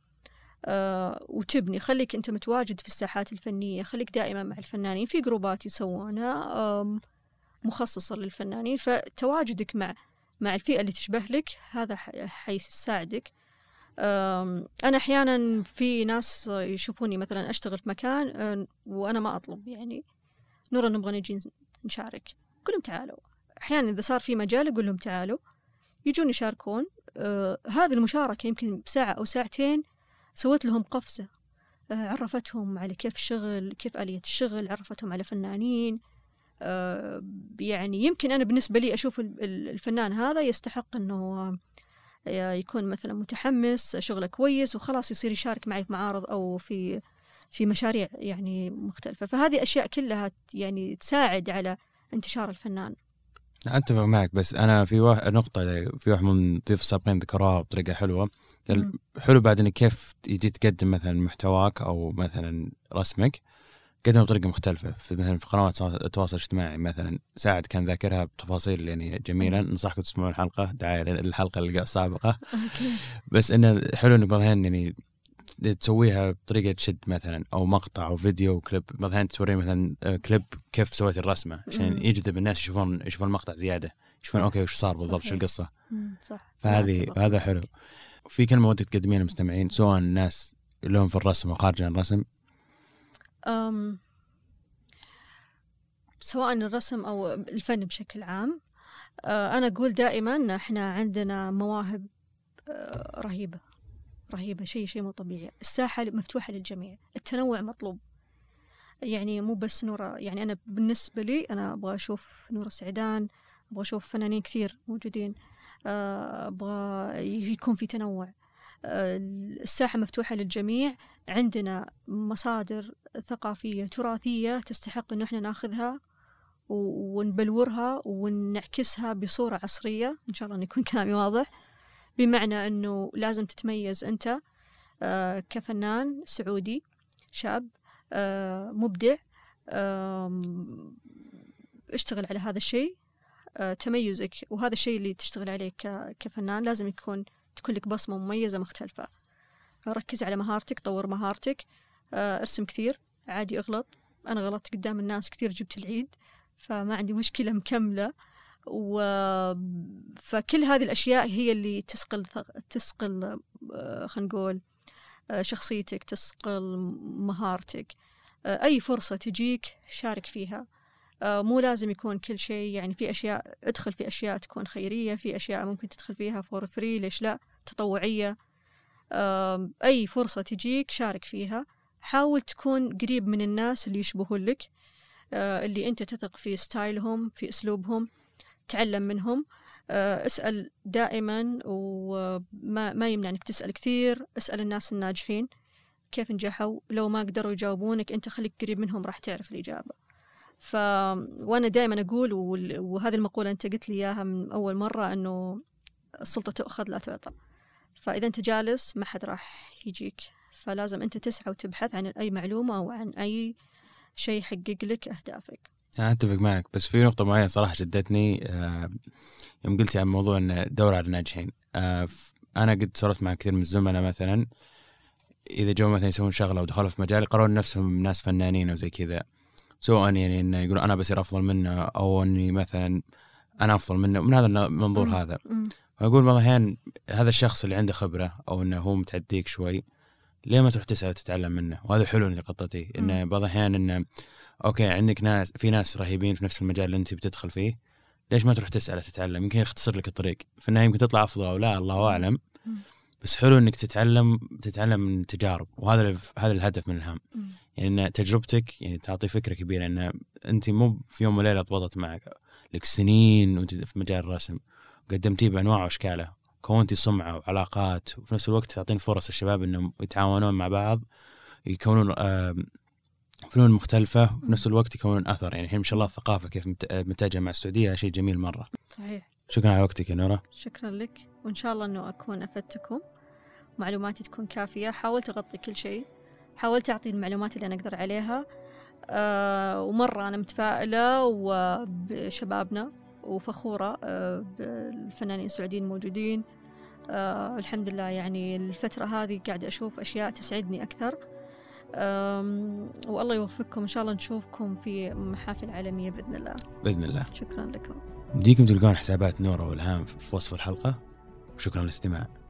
وتبني، خليك أنت متواجد في الساحات الفنية، خليك دائما مع الفنانين، في جروبات يسوونها مخصصة للفنانين، فتواجدك مع الفئة اللي تشبه لك هذا حيساعدك. أنا أحيانا في ناس يشوفوني مثلا أشتغل في مكان وأنا ما أطلب، يعني نورا نبغى نجي نشارك، أقول لهم تعالوا. أحيانا إذا صار في مجال أقول لهم تعالوا، يجون يشاركون. هذه المشاركة يمكن بساعة أو ساعتين سويت لهم قفزة، عرفتهم على كيف الشغل، كيف آلية الشغل، عرفتهم على فنانين. يعني يمكن أنا بالنسبة لي أشوف الفنان هذا يستحق أنه يكون مثلا متحمس، شغله كويس، وخلاص يصير يشارك معي في معارض أو في مشاريع يعني مختلفة. فهذه أشياء كلها يعني تساعد على انتشار الفنان. أتفق معك، بس أنا في نقطة في واحد من ضيوف السابقين ذكروها بطريقة حلوة، قال حلو بعد إنك كيف يجي تقدم مثلا محتواك أو مثلا رسمك، قدمه بطريقة مختلفة في مثلا في قنوات التواصل الاجتماعي مثلا. ساعد كان ذاكرها بتفاصيل يعني جميلة، ننصحكم تسمعون الحلقة، دعاية للحلقة السابقة. بس إنه حلو إنك مثلا يعني تسويها بطريقة تشد مثلا، أو مقطع أو فيديو وكليب، مثلا توري مثلا كليب كيف سويت الرسمة عشان يجذب الناس يشوفون المقطع زيادة، يشوفون أوكي وش صار بالضبط، شو القصة. صح. هذا حلو. في كلمة ودك تقدمين للمستمعين سواء الناس اللي هم في الرسم وخارج عن الرسم؟ سواء الرسم أو الفن بشكل عام، أنا أقول دائما إحنا عندنا مواهب رهيبة رهيبة، شيء مو طبيعي. الساحة مفتوحة للجميع، التنوع مطلوب. يعني مو بس نورا، يعني أنا بالنسبة لي أنا أبغى أشوف نورا سعدان، أبغى أشوف فنانين كثير موجودين، أبغى يكون في تنوع. الساحة مفتوحة للجميع، عندنا مصادر ثقافية تراثية تستحق إنه إحنا ناخذها ونبلورها ونعكسها بصورة عصرية. إن شاء الله أن يكون كلامي واضح، بمعنى أنه لازم تتميز أنت كفنان سعودي شاب مبدع، اشتغل على هذا الشيء، تميزك، وهذا الشيء اللي تشتغل عليه كفنان لازم تكون لك بصمة مميزة مختلفة. ركز على مهارتك، طور مهارتك، ارسم كثير، عادي اغلط، أنا غلطت قدام الناس كثير، جبت العيد، فما عندي مشكلة، مكملة. فكل هذه الأشياء هي اللي تسقل خلينا نقول شخصيتك، تسقل مهارتك. أي فرصة تجيك شارك فيها، مو لازم يكون كل شيء، يعني في أشياء ادخل في أشياء تكون خيرية، في أشياء ممكن تدخل فيها فور فري، ليش لا، تطوعية. أي فرصة تجيك شارك فيها، حاول تكون قريب من الناس اللي يشبهون لك، اللي أنت تثق في ستايلهم، في أسلوبهم، تعلم منهم. اسأل دائما، وما يمنع أنك تسأل كثير. اسأل الناس الناجحين كيف نجحوا، لو ما قدروا يجاوبونك أنت خليك قريب منهم، راح تعرف الإجابة. وأنا دائما أقول، وهذه المقولة أنت قلت لي إياها من أول مرة، أنه السلطة تؤخذ لا تعطى. فإذا أنت جالس ما حد راح يجيك، فلازم أنت تسعى وتبحث عن أي معلومة أو عن أي شيء يحقق لك أهدافك. أنا أتفق معك، بس في نقطة معينة صراحة شدتني يوم قلتي عن موضوع أن دور على الناجحين. أنا قد صرت مع كثير من الزملاء مثلا إذا جو مثلا يسوون شغلة ودخلوا في مجال يقررون نفسهم ناس فنانين أو زي كذا، سواء يعني إنه يقولون أنا بصير أفضل منه أو إني مثلا أنا أفضل منه من هذا المنظور هذا. فأقول بعض الأحيان هذا الشخص اللي عنده خبرة أو إنه هو متعديك شوي، ليه ما تروح تسأل وتتعلم منه؟ وهذا حلو اللي قطتي إنه بعض الأحيان إنه أوكي عندك ناس، في ناس رهيبين في نفس المجال اللي أنت بتدخل فيه، ليش ما تروح تسأل وتتعلم؟ يمكن يختصر لك الطريق في النهاية، يمكن تطلع أفضل أو لا، الله أعلم. بس حلو إنك تتعلم من تجارب، وهذا الهدف من الهام. يعني إن تجربتك يعني تعطي فكرة كبيرة إن أنت مو في يوم وليلة ضبطت معك، لك سنين وأنت في مجال الرسم قدمتيه بأنواع وأشكاله، كونتي سمعة وعلاقات، وفي نفس الوقت تعطين فرص الشباب إنهم يتعاونون مع بعض، يكونون فنون مختلفة، وفي نفس الوقت يكونون أثر. يعني الحين ما شاء الله الثقافة كيف متجهة مع السعودية، شيء جميل مرة. صحيح. شكرا على وقتك يا نورة. شكرا لك، وإن شاء الله أنه أكون أفدتكم، معلوماتي تكون كافية. حاولت أغطي كل شيء، حاولت أعطي المعلومات اللي أنا أقدر عليها. ومرة أنا متفائلة وبشبابنا وفخورة بالفنانين السعوديين الموجودين. الحمد لله، يعني الفترة هذه قاعدة أشوف أشياء تسعدني أكثر. والله يوفقكم، إن شاء الله نشوفكم في محافل عالمية بإذن الله. بإذن الله. شكرا لكم. بديكم تلقون حسابات نورة والهام في وصف الحلقة. شكرا للاستماع.